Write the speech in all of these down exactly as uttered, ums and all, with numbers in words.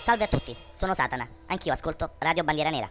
Salve a tutti, sono Satana, anch'io ascolto Radio Bandiera Nera.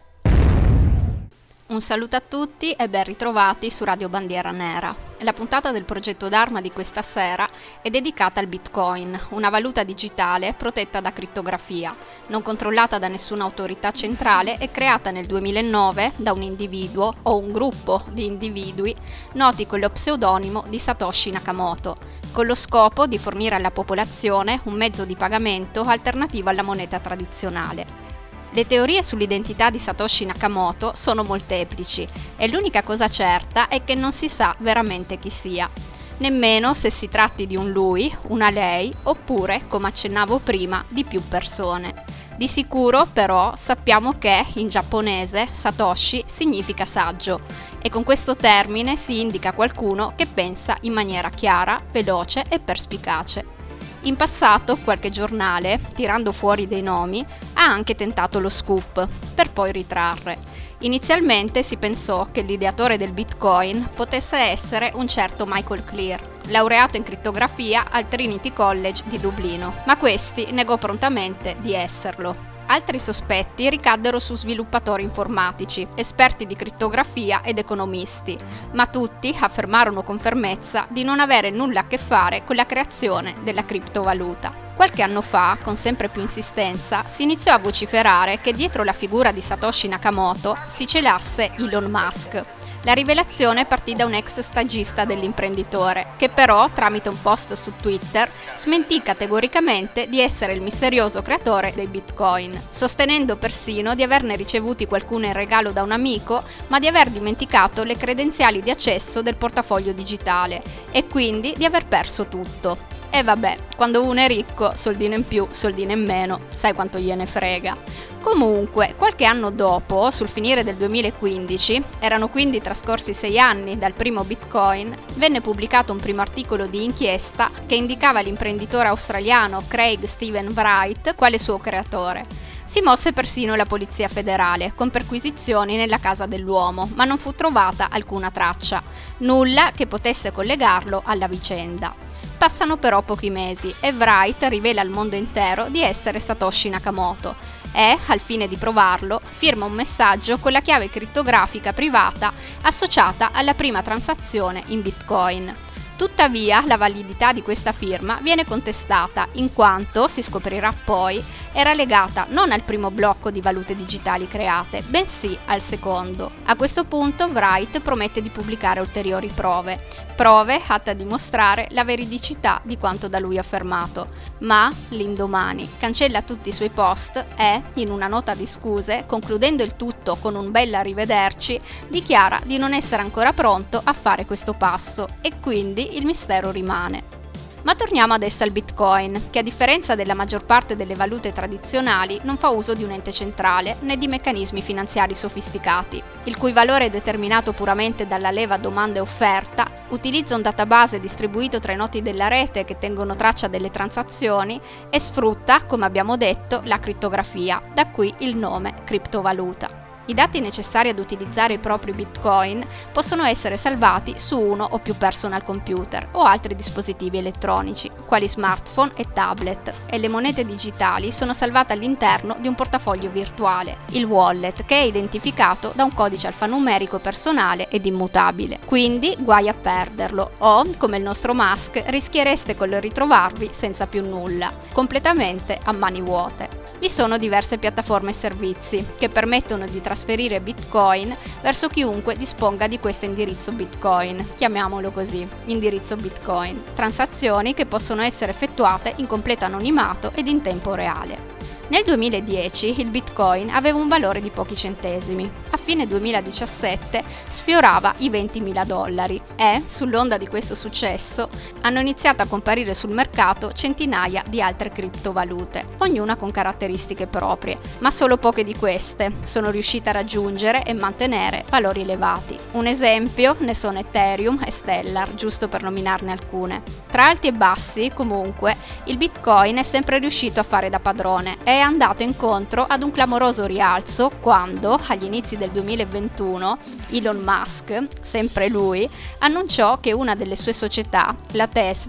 Un saluto a tutti e ben ritrovati su Radio Bandiera Nera. La puntata del progetto d'arma di questa sera è dedicata al Bitcoin, una valuta digitale protetta da crittografia, non controllata da nessuna autorità centrale e creata nel duemilanove da un individuo o un gruppo di individui noti con lo pseudonimo di Satoshi Nakamoto, con lo scopo di fornire alla popolazione un mezzo di pagamento alternativo alla moneta tradizionale. Le teorie sull'identità di Satoshi Nakamoto sono molteplici e l'unica cosa certa è che non si sa veramente chi sia, nemmeno se si tratti di un lui, una lei oppure, come accennavo prima, di più persone. Di sicuro però sappiamo che in giapponese Satoshi significa saggio e con questo termine si indica qualcuno che pensa in maniera chiara, veloce e perspicace. In passato qualche giornale, tirando fuori dei nomi, ha anche tentato lo scoop, per poi ritrarre. Inizialmente si pensò che l'ideatore del Bitcoin potesse essere un certo Michael Clear, laureato in crittografia al Trinity College di Dublino, ma questi negò prontamente di esserlo. Altri sospetti ricaddero su sviluppatori informatici, esperti di crittografia ed economisti, ma tutti affermarono con fermezza di non avere nulla a che fare con la creazione della criptovaluta. Qualche anno fa, con sempre più insistenza, si iniziò a vociferare che dietro la figura di Satoshi Nakamoto si celasse Elon Musk. La rivelazione partì da un ex stagista dell'imprenditore, che però, tramite un post su Twitter, smentì categoricamente di essere il misterioso creatore dei Bitcoin, sostenendo persino di averne ricevuti qualcuno in regalo da un amico, ma di aver dimenticato le credenziali di accesso del portafoglio digitale e quindi di aver perso tutto. E vabbè, quando uno è ricco, soldino in più, soldino in meno, sai quanto gliene frega. Comunque, qualche anno dopo, sul finire del duemilaquindici, erano quindi trascorsi sei anni dal primo Bitcoin, venne pubblicato un primo articolo di inchiesta che indicava l'imprenditore australiano Craig Steven Wright quale suo creatore. Si mosse persino la Polizia Federale, con perquisizioni nella casa dell'uomo, ma non fu trovata alcuna traccia, nulla che potesse collegarlo alla vicenda. Passano però pochi mesi e Wright rivela al mondo intero di essere Satoshi Nakamoto e, al fine di provarlo, firma un messaggio con la chiave crittografica privata associata alla prima transazione in Bitcoin. Tuttavia, la validità di questa firma viene contestata in quanto, si scoprirà poi, era legata non al primo blocco di valute digitali create, bensì al secondo. A questo punto Wright promette di pubblicare ulteriori prove, prove atte a dimostrare la veridicità di quanto da lui affermato, ma l'indomani cancella tutti i suoi post e, in una nota di scuse, concludendo il tutto con un bel arrivederci, dichiara di non essere ancora pronto a fare questo passo e quindi il mistero rimane. Ma torniamo adesso al Bitcoin, che a differenza della maggior parte delle valute tradizionali non fa uso di un ente centrale né di meccanismi finanziari sofisticati, il cui valore è determinato puramente dalla leva domanda e offerta, utilizza un database distribuito tra i nodi della rete che tengono traccia delle transazioni e sfrutta, come abbiamo detto, la crittografia, da qui il nome criptovaluta. I dati necessari ad utilizzare i propri Bitcoin possono essere salvati su uno o più personal computer o altri dispositivi elettronici, quali smartphone e tablet, e le monete digitali sono salvate all'interno di un portafoglio virtuale, il wallet, che è identificato da un codice alfanumerico personale ed immutabile. Quindi guai a perderlo o, come il nostro Musk, rischiereste con il ritrovarvi senza più nulla, completamente a mani vuote. Vi sono diverse piattaforme e servizi che permettono di trasferire Bitcoin verso chiunque disponga di questo indirizzo Bitcoin, chiamiamolo così, indirizzo Bitcoin, transazioni che possono essere effettuate in completo anonimato ed in tempo reale. Nel duemiladieci il Bitcoin aveva un valore di pochi centesimi, a fine duemiladiciassette sfiorava i ventimila dollari e, sull'onda di questo successo, hanno iniziato a comparire sul mercato centinaia di altre criptovalute, ognuna con caratteristiche proprie, ma solo poche di queste sono riuscite a raggiungere e mantenere valori elevati. Un esempio ne sono Ethereum e Stellar, giusto per nominarne alcune. Tra alti e bassi, comunque, il Bitcoin è sempre riuscito a fare da padrone e è andato incontro ad un clamoroso rialzo quando, agli inizi del duemilaventuno, Elon Musk, sempre lui, annunciò che una delle sue società, la Tesla,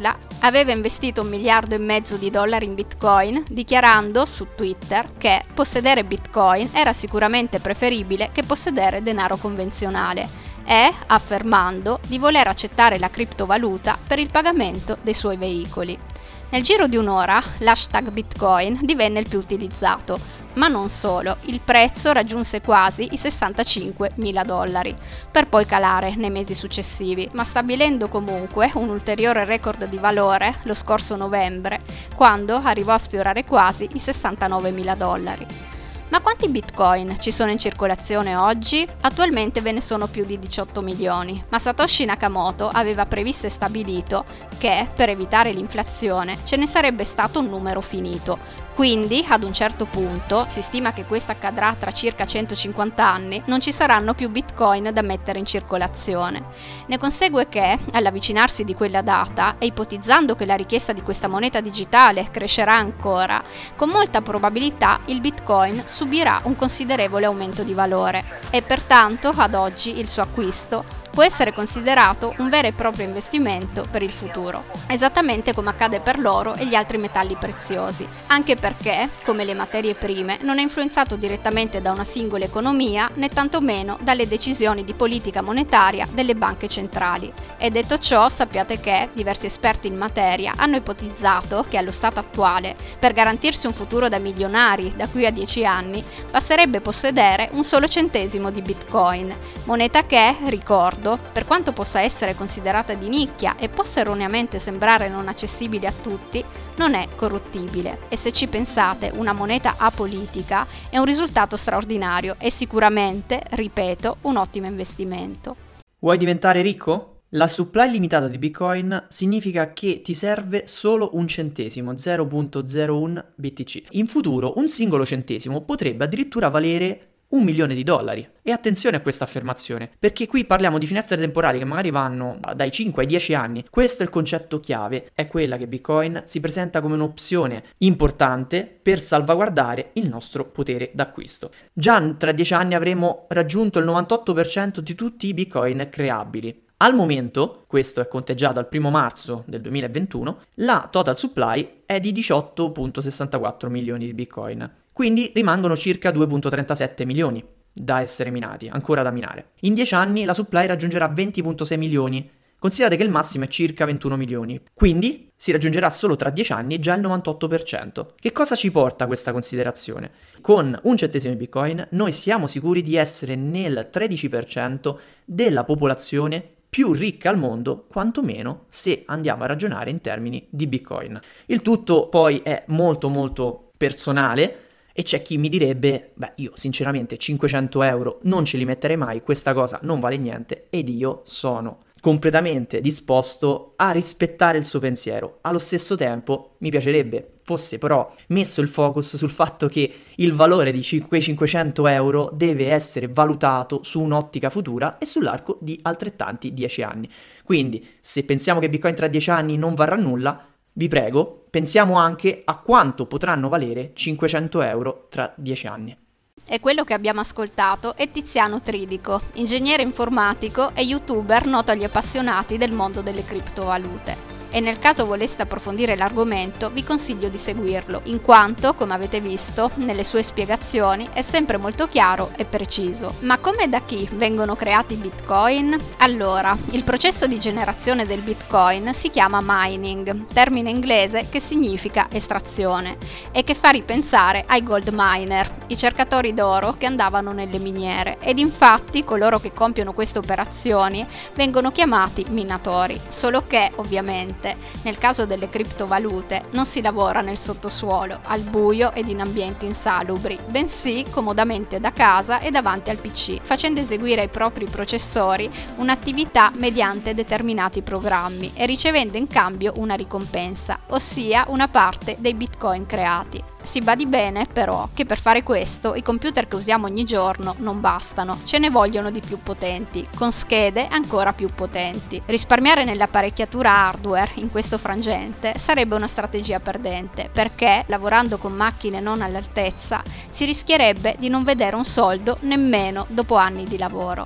aveva investito un miliardo e mezzo di dollari in Bitcoin, dichiarando su Twitter che possedere Bitcoin era sicuramente preferibile che possedere denaro convenzionale e affermando di voler accettare la criptovaluta per il pagamento dei suoi veicoli. Nel giro di un'ora l'hashtag Bitcoin divenne il più utilizzato, ma non solo, il prezzo raggiunse quasi i sessantacinquemila dollari, per poi calare nei mesi successivi, ma stabilendo comunque un ulteriore record di valore lo scorso novembre, quando arrivò a sfiorare quasi i sessantanovemila dollari. Ma quanti Bitcoin ci sono in circolazione oggi? Attualmente ve ne sono più di diciotto milioni, ma Satoshi Nakamoto aveva previsto e stabilito che, per evitare l'inflazione, ce ne sarebbe stato un numero finito. Quindi, ad un certo punto, si stima che questo accadrà tra circa centocinquanta anni, non ci saranno più Bitcoin da mettere in circolazione. Ne consegue che, all'avvicinarsi di quella data, e ipotizzando che la richiesta di questa moneta digitale crescerà ancora, con molta probabilità il Bitcoin subirà un considerevole aumento di valore e pertanto, ad oggi, il suo acquisto può essere considerato un vero e proprio investimento per il futuro, esattamente come accade per l'oro e gli altri metalli preziosi, anche perché, come le materie prime, non è influenzato direttamente da una singola economia né tantomeno dalle decisioni di politica monetaria delle banche centrali. E detto ciò, sappiate che diversi esperti in materia hanno ipotizzato che allo stato attuale, per garantirsi un futuro da milionari da qui a dieci anni, basterebbe possedere un solo centesimo di Bitcoin, moneta che, ricordo, per quanto possa essere considerata di nicchia e possa erroneamente sembrare non accessibile a tutti, non è corruttibile e se ci pensate una moneta apolitica è un risultato straordinario e sicuramente, ripeto, un ottimo investimento. Vuoi diventare ricco? La supply limitata di Bitcoin significa che ti serve solo un centesimo, zero virgola zero uno B T C. In futuro un singolo centesimo potrebbe addirittura valere un milione di dollari. E attenzione a questa affermazione, perché qui parliamo di finestre temporali che magari vanno dai cinque ai dieci anni. Questo è il concetto chiave, è quella che Bitcoin si presenta come un'opzione importante per salvaguardare il nostro potere d'acquisto. Già tra dieci anni avremo raggiunto il novantotto per cento di tutti i Bitcoin creabili. Al momento, questo è conteggiato al primo marzo del duemilaventuno, la total supply è di diciotto virgola sessantaquattro milioni di Bitcoin. Quindi rimangono circa due virgola trentasette milioni da essere minati, ancora da minare. In dieci anni la supply raggiungerà venti virgola sei milioni. Considerate che il massimo è circa ventuno milioni. Quindi si raggiungerà solo tra dieci anni già il novantotto per cento. Che cosa ci porta questa considerazione? Con un centesimo di Bitcoin noi siamo sicuri di essere nel tredici per cento della popolazione più ricca al mondo, quantomeno se andiamo a ragionare in termini di Bitcoin. Il tutto poi è molto molto personale. E c'è chi mi direbbe, beh, io sinceramente cinquecento euro non ce li metterei mai, questa cosa non vale niente, ed io sono completamente disposto a rispettare il suo pensiero. Allo stesso tempo mi piacerebbe fosse però messo il focus sul fatto che il valore di quei cinquecento euro deve essere valutato su un'ottica futura e sull'arco di altrettanti dieci anni. Quindi, se pensiamo che Bitcoin tra dieci anni non varrà nulla, vi prego, pensiamo anche a quanto potranno valere cinquecento euro tra dieci anni. E quello che abbiamo ascoltato è Tiziano Tridico, ingegnere informatico e youtuber noto agli appassionati del mondo delle criptovalute. E nel caso voleste approfondire l'argomento vi consiglio di seguirlo, in quanto, come avete visto, nelle sue spiegazioni è sempre molto chiaro e preciso. Ma come e da chi vengono creati i Bitcoin? Allora, il processo di generazione del Bitcoin si chiama mining, termine inglese che significa estrazione e che fa ripensare ai gold miner, i cercatori d'oro che andavano nelle miniere, ed infatti coloro che compiono queste operazioni vengono chiamati minatori, solo che ovviamente nel caso delle criptovalute non si lavora nel sottosuolo, al buio ed in ambienti insalubri, bensì comodamente da casa e davanti al P C, facendo eseguire ai propri processori un'attività mediante determinati programmi e ricevendo in cambio una ricompensa, ossia una parte dei bitcoin creati. Si badi bene, però, che per fare questo i computer che usiamo ogni giorno non bastano, ce ne vogliono di più potenti, con schede ancora più potenti. Risparmiare nell'apparecchiatura hardware in questo frangente sarebbe una strategia perdente, perché, lavorando con macchine non all'altezza, si rischierebbe di non vedere un soldo nemmeno dopo anni di lavoro.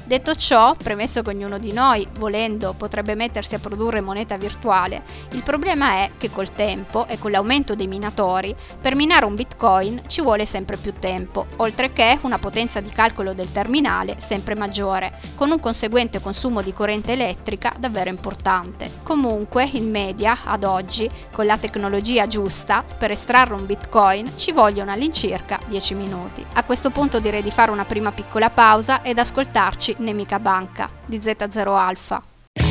Detto ciò, premesso che ognuno di noi, volendo, potrebbe mettersi a produrre moneta virtuale, il problema è che col tempo e con l'aumento dei minatori, per minare un bitcoin ci vuole sempre più tempo, oltre che una potenza di calcolo del terminale sempre maggiore, con un conseguente consumo di corrente elettrica davvero importante. Comunque, in media, ad oggi, con la tecnologia giusta, per estrarre un bitcoin ci vogliono all'incirca dieci minuti. A questo punto direi di fare una prima piccola pausa ed ascoltarci Nemica Banca di zeta zero Alpha.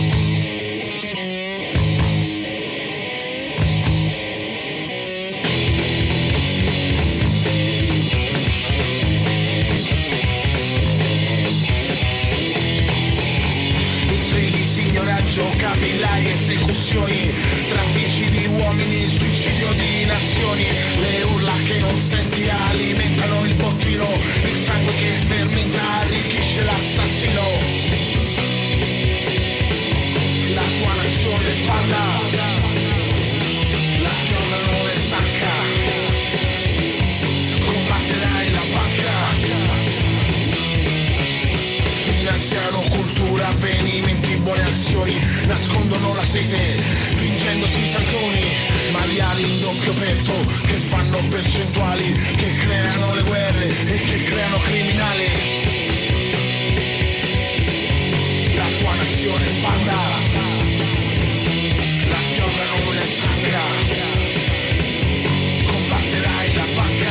Capillari, esecuzioni, traffici di uomini, suicidio di nazioni, le urla che non senti alimentano il bottino, il sangue che fermenta arricchisce l'assassino. La tua nazione spanda, la pioggia non è stanca, combatterai la banca, finanziano cultura, avvenimenti, buone azioni, nascondono la sete, fingendosi santoni, maiali in doppio petto, che fanno percentuali, che creano le guerre e che creano criminali. La tua nazione spanda, la pioggia non è stanca, combatterai la banca.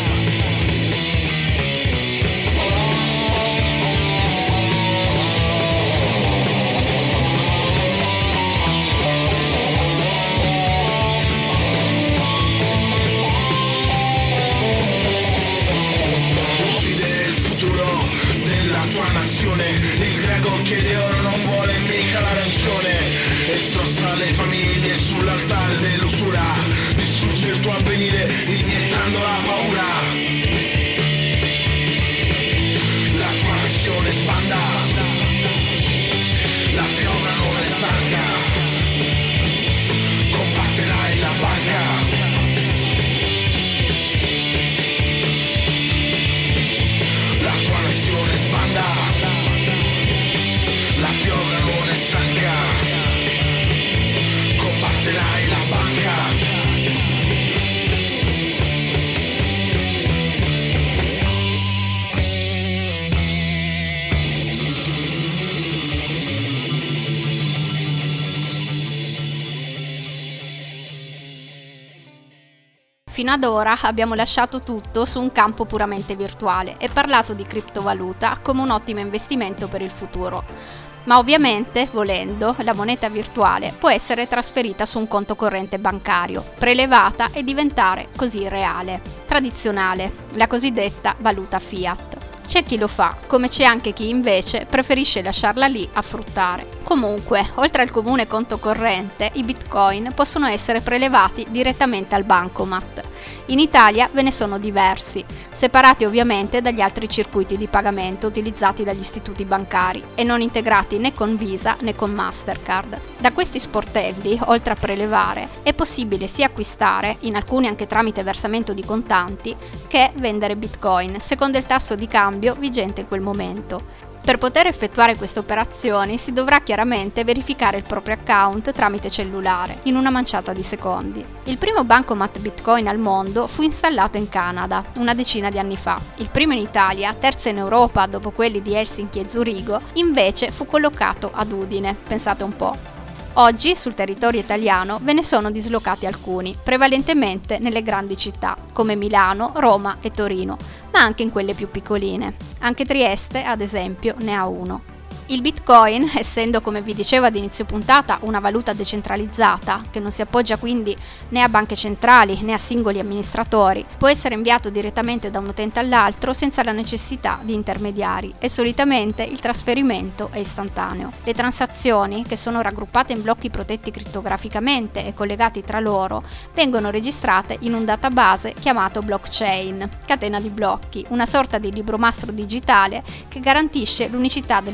Il greco chiede oro, non vuole mica l'arancione, e strozza le famiglie sull'altare dell'usura, distrugge il tuo avvenire iniettando la paura. La tua nazione spanda, la pioggia non è stanca, combatterai la banca. La tua nazione spanda, la pioggia non è stanca, combatterai la banca. Fino ad ora abbiamo lasciato tutto su un campo puramente virtuale e parlato di criptovaluta come un ottimo investimento per il futuro. Ma ovviamente, volendo, la moneta virtuale può essere trasferita su un conto corrente bancario, prelevata e diventare così reale, tradizionale, la cosiddetta valuta fiat. C'è chi lo fa, come c'è anche chi invece preferisce lasciarla lì a fruttare. Comunque, oltre al comune conto corrente, i bitcoin possono essere prelevati direttamente al bancomat. In Italia ve ne sono diversi, separati ovviamente dagli altri circuiti di pagamento utilizzati dagli istituti bancari e non integrati né con Visa né con Mastercard. Da questi sportelli, oltre a prelevare, è possibile sia acquistare, in alcuni anche tramite versamento di contanti, che vendere bitcoin, secondo il tasso di cambio vigente in quel momento. Per poter effettuare queste operazioni si dovrà chiaramente verificare il proprio account tramite cellulare, in una manciata di secondi. Il primo bancomat Bitcoin al mondo fu installato in Canada, una decina di anni fa. Il primo in Italia, terzo in Europa dopo quelli di Helsinki e Zurigo, invece fu collocato ad Udine, pensate un po'. Oggi sul territorio italiano ve ne sono dislocati alcuni, prevalentemente nelle grandi città, come Milano, Roma e Torino, ma anche in quelle più piccoline. Anche Trieste, ad esempio, ne ha uno. Il Bitcoin, essendo come vi dicevo ad inizio puntata una valuta decentralizzata, che non si appoggia quindi né a banche centrali né a singoli amministratori, può essere inviato direttamente da un utente all'altro senza la necessità di intermediari e solitamente il trasferimento è istantaneo. Le transazioni, che sono raggruppate in blocchi protetti crittograficamente e collegati tra loro, vengono registrate in un database chiamato blockchain, catena di blocchi, una sorta di libro mastro digitale che garantisce l'unicità dell'operazione.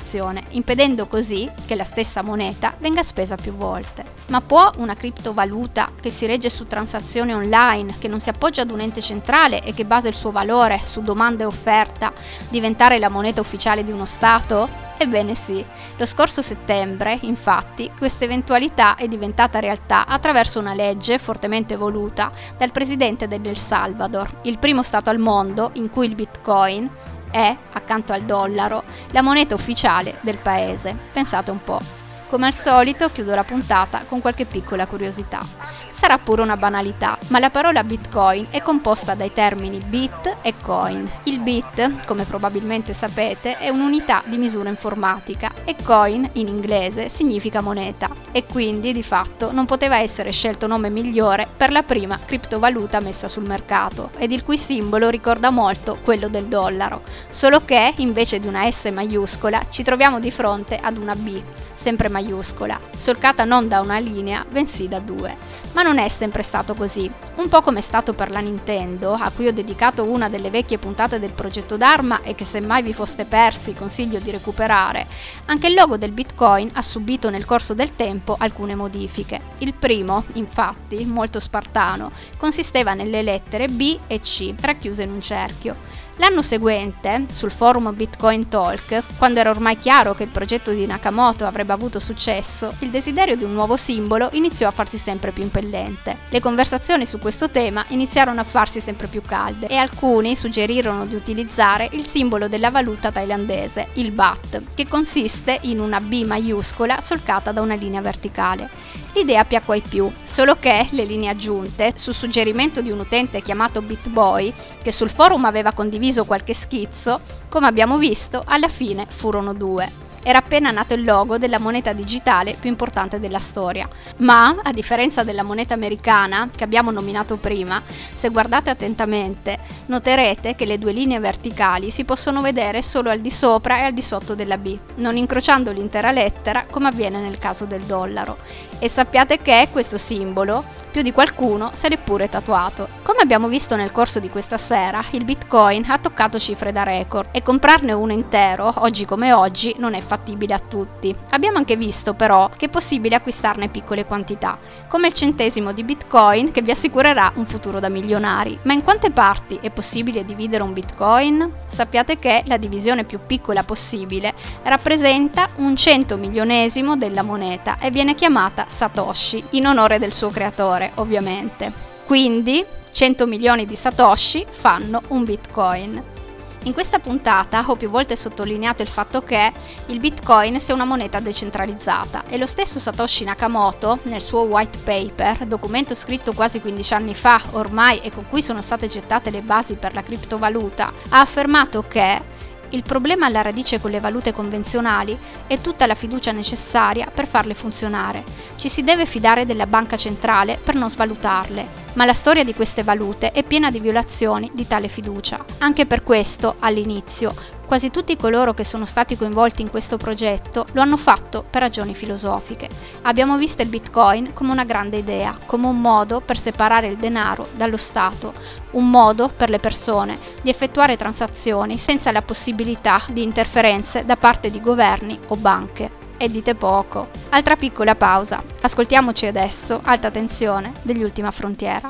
transazione, impedendo così che la stessa moneta venga spesa più volte. Ma può una criptovaluta che si regge su transazioni online, che non si appoggia ad un ente centrale e che basa il suo valore su domanda e offerta, diventare la moneta ufficiale di uno Stato? Ebbene sì, lo scorso settembre, infatti, questa eventualità è diventata realtà attraverso una legge fortemente voluta dal presidente dell'El Salvador, il primo Stato al mondo in cui il Bitcoin è, accanto al dollaro, la moneta ufficiale del paese. Pensate un po'. Come al solito chiudo la puntata con qualche piccola curiosità. Sarà pure una banalità, ma la parola Bitcoin è composta dai termini bit e coin. Il bit, come probabilmente sapete, è un'unità di misura informatica e coin, in inglese, significa moneta e quindi, di fatto, non poteva essere scelto nome migliore per la prima criptovaluta messa sul mercato ed il cui simbolo ricorda molto quello del dollaro, solo che, invece di una S maiuscola, ci troviamo di fronte ad una B, sempre maiuscola, solcata non da una linea, bensì da due. Ma non è sempre stato così. Un po' come è stato per la Nintendo, a cui ho dedicato una delle vecchie puntate del progetto Dharma e che se mai vi foste persi consiglio di recuperare, anche il logo del Bitcoin ha subito nel corso del tempo alcune modifiche. Il primo, infatti, molto spartano, consisteva nelle lettere B e C racchiuse in un cerchio. L'anno seguente, sul forum Bitcoin Talk, quando era ormai chiaro che il progetto di Nakamoto avrebbe avuto successo, il desiderio di un nuovo simbolo iniziò a farsi sempre più impellente. Le conversazioni su questo tema iniziarono a farsi sempre più calde e alcuni suggerirono di utilizzare il simbolo della valuta thailandese, il baht, che consiste in una B maiuscola solcata da una linea verticale. L'idea piacque ai più, solo che le linee aggiunte, su suggerimento di un utente chiamato BitBoy, che sul forum aveva condiviso qualche schizzo, come abbiamo visto, alla fine furono due. Era appena nato il logo della moneta digitale più importante della storia. Ma, a differenza della moneta americana, che abbiamo nominato prima, se guardate attentamente, noterete che le due linee verticali si possono vedere solo al di sopra e al di sotto della B, non incrociando l'intera lettera come avviene nel caso del dollaro. E sappiate che questo simbolo, più di qualcuno se l'è pure tatuato. Come abbiamo visto nel corso di questa sera, il Bitcoin ha toccato cifre da record e comprarne uno intero, oggi come oggi, non è fattibile a tutti. Abbiamo anche visto però che è possibile acquistarne piccole quantità, come il centesimo di Bitcoin che vi assicurerà un futuro da milionari. Ma in quante parti è possibile dividere un Bitcoin? Sappiate che la divisione più piccola possibile rappresenta un cento milionesimo della moneta e viene chiamata Satoshi, in onore del suo creatore, ovviamente. Quindi cento milioni di Satoshi fanno un Bitcoin. In questa puntata ho più volte sottolineato il fatto che il Bitcoin sia una moneta decentralizzata e lo stesso Satoshi Nakamoto, nel suo white paper, documento scritto quasi quindici anni fa ormai e con cui sono state gettate le basi per la criptovaluta, ha affermato che il problema alla radice con le valute convenzionali è tutta la fiducia necessaria per farle funzionare. Ci si deve fidare della banca centrale per non svalutarle, ma la storia di queste valute è piena di violazioni di tale fiducia. Anche per questo, all'inizio, quasi tutti coloro che sono stati coinvolti in questo progetto lo hanno fatto per ragioni filosofiche. Abbiamo visto il Bitcoin come una grande idea, come un modo per separare il denaro dallo Stato, un modo per le persone di effettuare transazioni senza la possibilità di interferenze da parte di governi o banche. E dite poco. Altra piccola pausa. Ascoltiamoci adesso Alta Tensione degli Ultima Frontiera.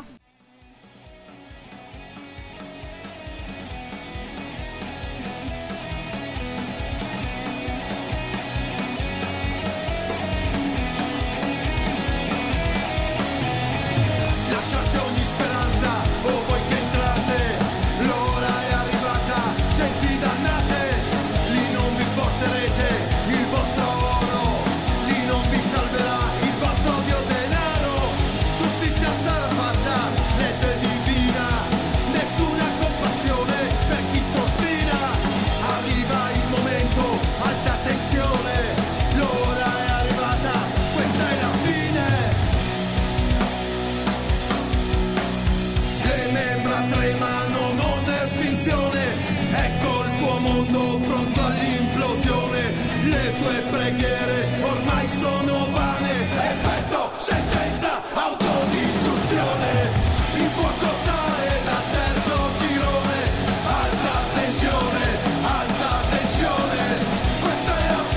Questa è la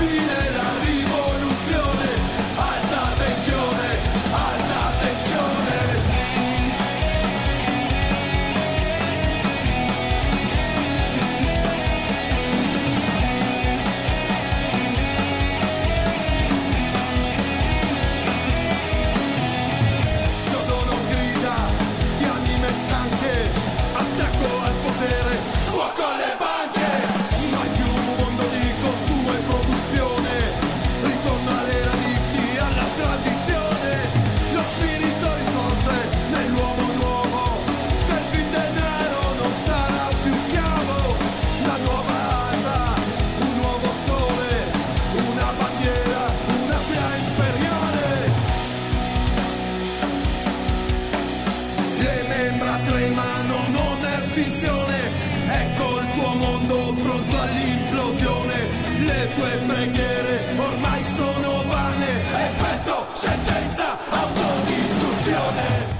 estinzione. Ecco il tuo mondo pronto all'implosione. Le tue preghiere ormai sono vane. Effetto, sentenza, autodistruzione.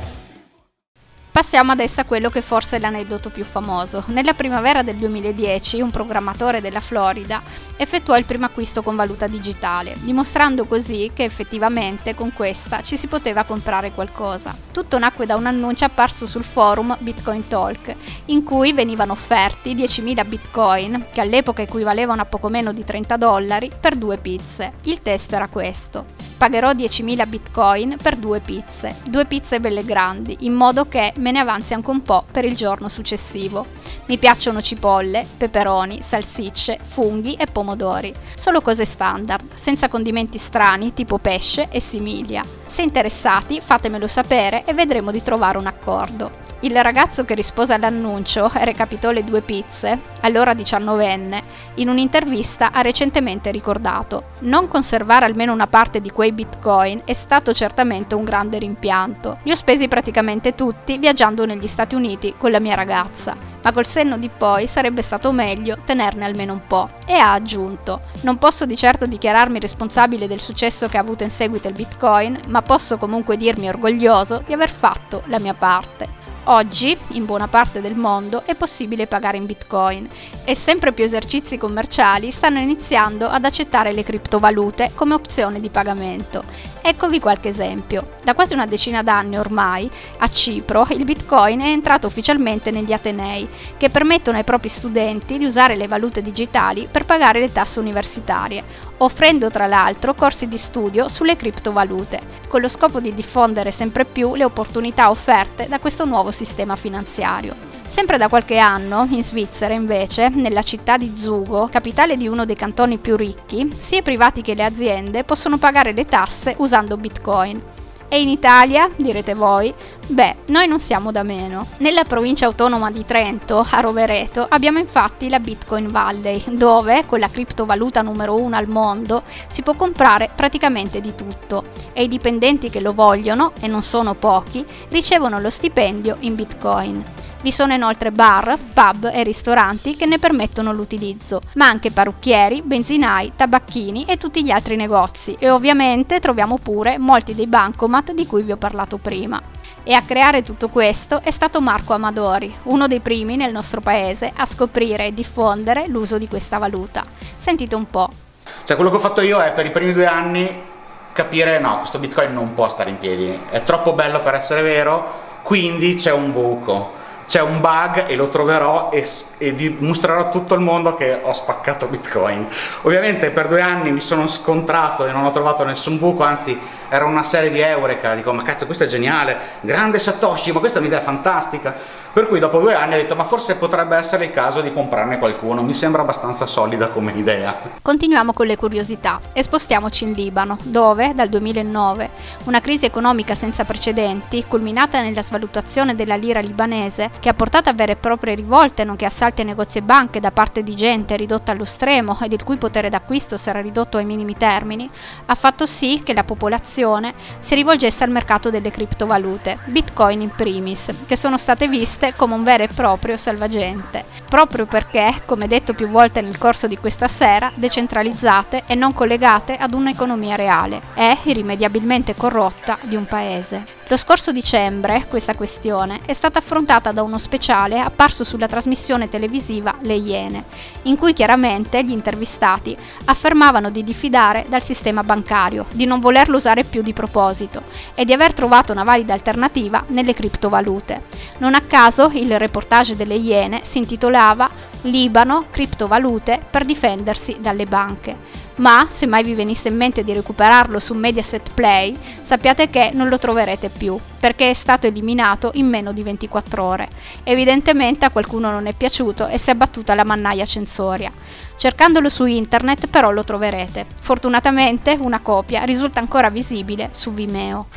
Passiamo adesso a quello che forse è l'aneddoto più famoso. Nella primavera del duemiladieci un programmatore della Florida effettuò il primo acquisto con valuta digitale, dimostrando così che effettivamente con questa ci si poteva comprare qualcosa. Tutto nacque da un annuncio apparso sul forum Bitcoin Talk, in cui venivano offerti diecimila bitcoin, che all'epoca equivalevano a poco meno di trenta dollari, per due pizze. Il testo era questo: pagherò diecimila bitcoin per due pizze, due pizze belle grandi, in modo che me ne avanzi anche un po' per il giorno successivo. Mi piacciono cipolle, peperoni, salsicce, funghi e pomodori. Solo cose standard, senza condimenti strani tipo pesce e similia. Se interessati, fatemelo sapere e vedremo di trovare un accordo. Il ragazzo che rispose all'annuncio e recapitò le due pizze, allora diciannovenne, in un'intervista ha recentemente ricordato: non conservare almeno una parte di quei bitcoin è stato certamente un grande rimpianto. Li ho spesi praticamente tutti viaggiando negli Stati Uniti con la mia ragazza, ma col senno di poi sarebbe stato meglio tenerne almeno un po'. E ha aggiunto: non posso di certo dichiararmi responsabile del successo che ha avuto in seguito il bitcoin, ma posso comunque dirmi orgoglioso di aver fatto la mia parte. Oggi, in buona parte del mondo, è possibile pagare in bitcoin e sempre più esercizi commerciali stanno iniziando ad accettare le criptovalute come opzione di pagamento. Eccovi qualche esempio. Da quasi una decina d'anni ormai, a Cipro, il bitcoin è entrato ufficialmente negli atenei, che permettono ai propri studenti di usare le valute digitali per pagare le tasse universitarie, offrendo tra l'altro corsi di studio sulle criptovalute, con lo scopo di diffondere sempre più le opportunità offerte da questo nuovo sistema finanziario. Sempre da qualche anno, in Svizzera invece, nella città di Zugo, capitale di uno dei cantoni più ricchi, sia i privati che le aziende possono pagare le tasse usando bitcoin. E in Italia, direte voi? Beh, noi non siamo da meno. Nella provincia autonoma di Trento, a Rovereto, abbiamo infatti la Bitcoin Valley, dove, con la criptovaluta numero uno al mondo, si può comprare praticamente di tutto, e i dipendenti che lo vogliono, e non sono pochi, ricevono lo stipendio in bitcoin. Vi sono inoltre bar, pub e ristoranti che ne permettono l'utilizzo, ma anche parrucchieri, benzinai, tabacchini e tutti gli altri negozi, e ovviamente troviamo pure molti dei bancomat di cui vi ho parlato prima. E a creare tutto questo è stato Marco Amadori, uno dei primi nel nostro paese a scoprire e diffondere l'uso di questa valuta. Sentite un po'. Cioè, quello che ho fatto io è per i primi due anni capire no, questo bitcoin non può stare in piedi, è troppo bello per essere vero, quindi c'è un buco. C'è un bug e lo troverò e, e dimostrerò a tutto il mondo che ho spaccato bitcoin. Ovviamente per due anni mi sono scontrato e non ho trovato nessun buco, anzi era una serie di eureka, dico ma cazzo questo è geniale, grande Satoshi, ma questa è un'idea fantastica. Per cui dopo due anni ho detto ma forse potrebbe essere il caso di comprarne qualcuno, mi sembra abbastanza solida come idea. Continuiamo con le curiosità e spostiamoci in Libano, dove dal duemilanove una crisi economica senza precedenti, culminata nella svalutazione della lira libanese, che ha portato a vere e proprie rivolte nonché assalti a negozi e banche da parte di gente ridotta allo stremo ed il cui potere d'acquisto si era ridotto ai minimi termini, ha fatto sì che la popolazione si rivolgesse al mercato delle criptovalute, bitcoin in primis, che sono state viste come un vero e proprio salvagente, proprio perché, come detto più volte nel corso di questa sera, decentralizzate e non collegate ad un'economia reale e irrimediabilmente corrotta di un paese. Lo scorso dicembre questa questione è stata affrontata da uno speciale apparso sulla trasmissione televisiva Le Iene, in cui chiaramente gli intervistati affermavano di diffidare dal sistema bancario, di non volerlo usare più di proposito e di aver trovato una valida alternativa nelle criptovalute. Non a caso il reportage delle Iene si intitolava Libano, criptovalute per difendersi dalle banche. Ma, se mai vi venisse in mente di recuperarlo su Mediaset Play, sappiate che non lo troverete più, perché è stato eliminato in meno di ventiquattro ore. Evidentemente a qualcuno non è piaciuto e si è abbattuta la mannaia censoria. Cercandolo su internet però lo troverete. Fortunatamente una copia risulta ancora visibile su Vimeo.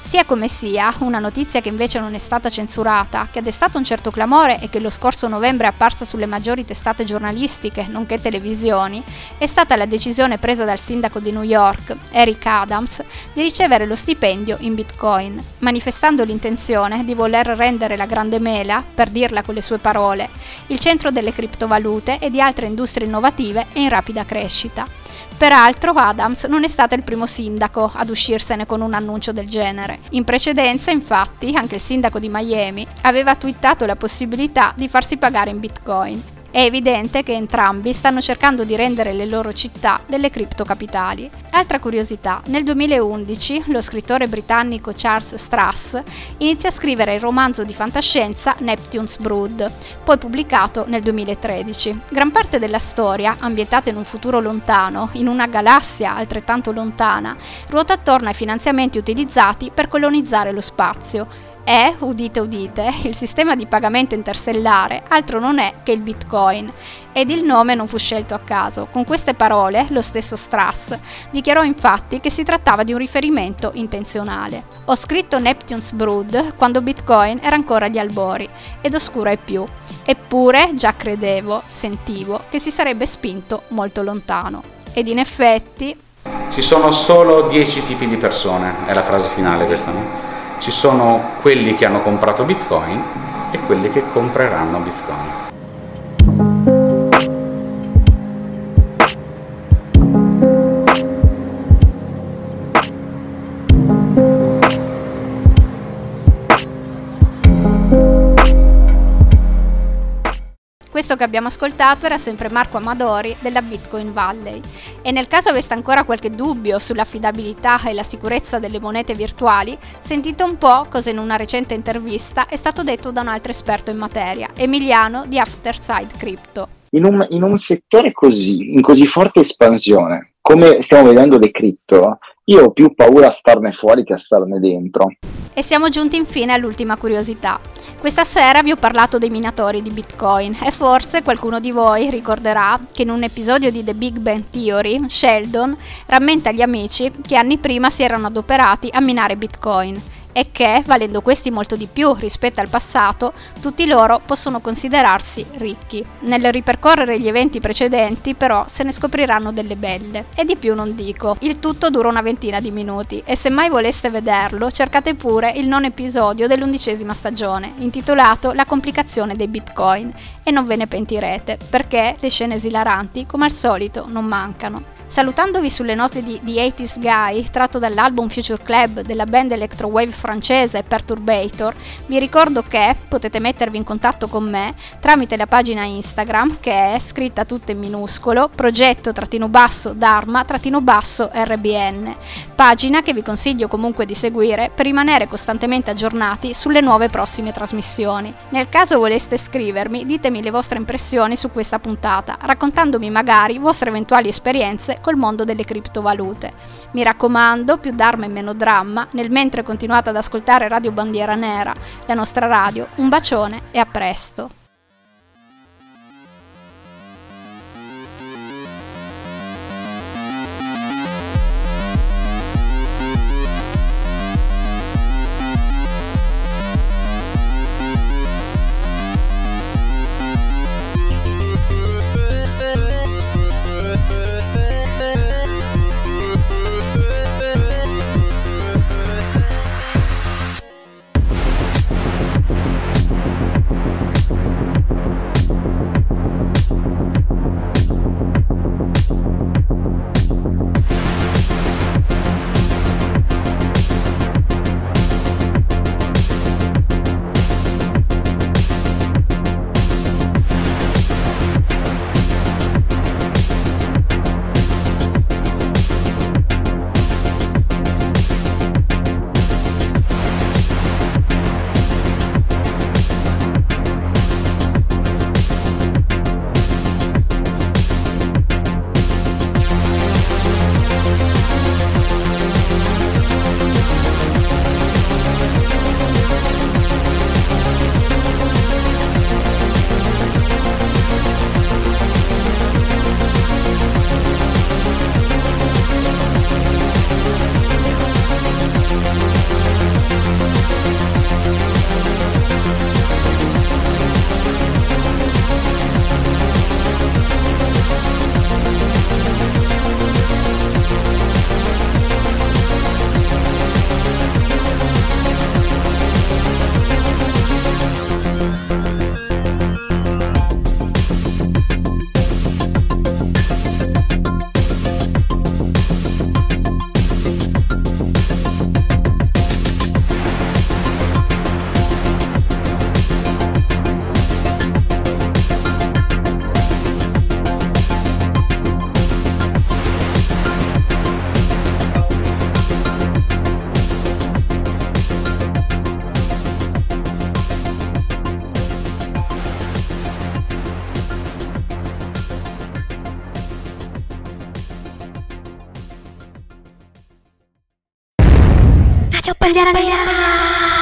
Sia come sia, una notizia che invece non è stata censurata, che ha destato un certo clamore e che lo scorso novembre è apparsa sulle maggiori testate giornalistiche, nonché televisioni, è stata la decisione presa dal sindaco di New York, Eric Adams, di ricevere lo stipendio in Bitcoin, manifestando l'intenzione di voler rendere la Grande Mela, per dirla con le sue parole, il centro delle criptovalute e di altre industrie innovative e in rapida crescita. Peraltro Adams non è stato il primo sindaco ad uscirsene con un annuncio del genere. In precedenza, infatti, anche il sindaco di Miami aveva twittato la possibilità di farsi pagare in Bitcoin. È evidente che entrambi stanno cercando di rendere le loro città delle criptocapitali. Altra curiosità, nel duemilaundici lo scrittore britannico Charles Strass inizia a scrivere il romanzo di fantascienza Neptune's Brood, poi pubblicato nel duemilatredici. Gran parte della storia, ambientata in un futuro lontano, in una galassia altrettanto lontana, ruota attorno ai finanziamenti utilizzati per colonizzare lo spazio. E, udite udite, il sistema di pagamento interstellare altro non è che il Bitcoin, ed il nome non fu scelto a caso. Con queste parole, lo stesso Strass dichiarò infatti che si trattava di un riferimento intenzionale. Ho scritto Neptune's Brood quando Bitcoin era ancora agli albori, ed oscuro ai più. Eppure, già credevo, sentivo, che si sarebbe spinto molto lontano. Ed in effetti... Ci sono solo dieci tipi di persone, è la frase finale questa, no? Ci sono quelli che hanno comprato Bitcoin e quelli che compreranno Bitcoin. Questo che abbiamo ascoltato era sempre Marco Amadori della Bitcoin Valley. E nel caso aveste ancora qualche dubbio sull'affidabilità e la sicurezza delle monete virtuali, sentite un po' cosa in una recente intervista è stato detto da un altro esperto in materia, Emiliano di Afterside Crypto. In un, in un settore così, in così forte espansione, come stiamo vedendo le cripto, io ho più paura a starne fuori che a starne dentro. E siamo giunti infine all'ultima curiosità. Questa sera vi ho parlato dei minatori di Bitcoin e forse qualcuno di voi ricorderà che in un episodio di The Big Bang Theory, Sheldon rammenta agli amici che anni prima si erano adoperati a minare Bitcoin e che, valendo questi molto di più rispetto al passato, tutti loro possono considerarsi ricchi. Nel ripercorrere gli eventi precedenti, però, se ne scopriranno delle belle. E di più non dico. Il tutto dura una ventina di minuti e se mai voleste vederlo, cercate pure il nono episodio dell'undicesima stagione, intitolato La complicazione dei Bitcoin, e non ve ne pentirete, perché le scene esilaranti, come al solito, non mancano. Salutandovi sulle note di The eighties Guy, tratto dall'album Future Club della band electrowave francese Perturbator, vi ricordo che potete mettervi in contatto con me tramite la pagina Instagram, che è scritta tutta in minuscolo, progetto-basso-dharma-basso-rbn, pagina che vi consiglio comunque di seguire per rimanere costantemente aggiornati sulle nuove prossime trasmissioni. Nel caso voleste scrivermi, ditemi le vostre impressioni su questa puntata, raccontandomi magari vostre eventuali esperienze col mondo delle criptovalute. Mi raccomando, più dharma e meno dramma, nel mentre continuate ad ascoltare Radio Bandiera Nera, la nostra radio. Un bacione e a presto! Radio Bandiera Nera.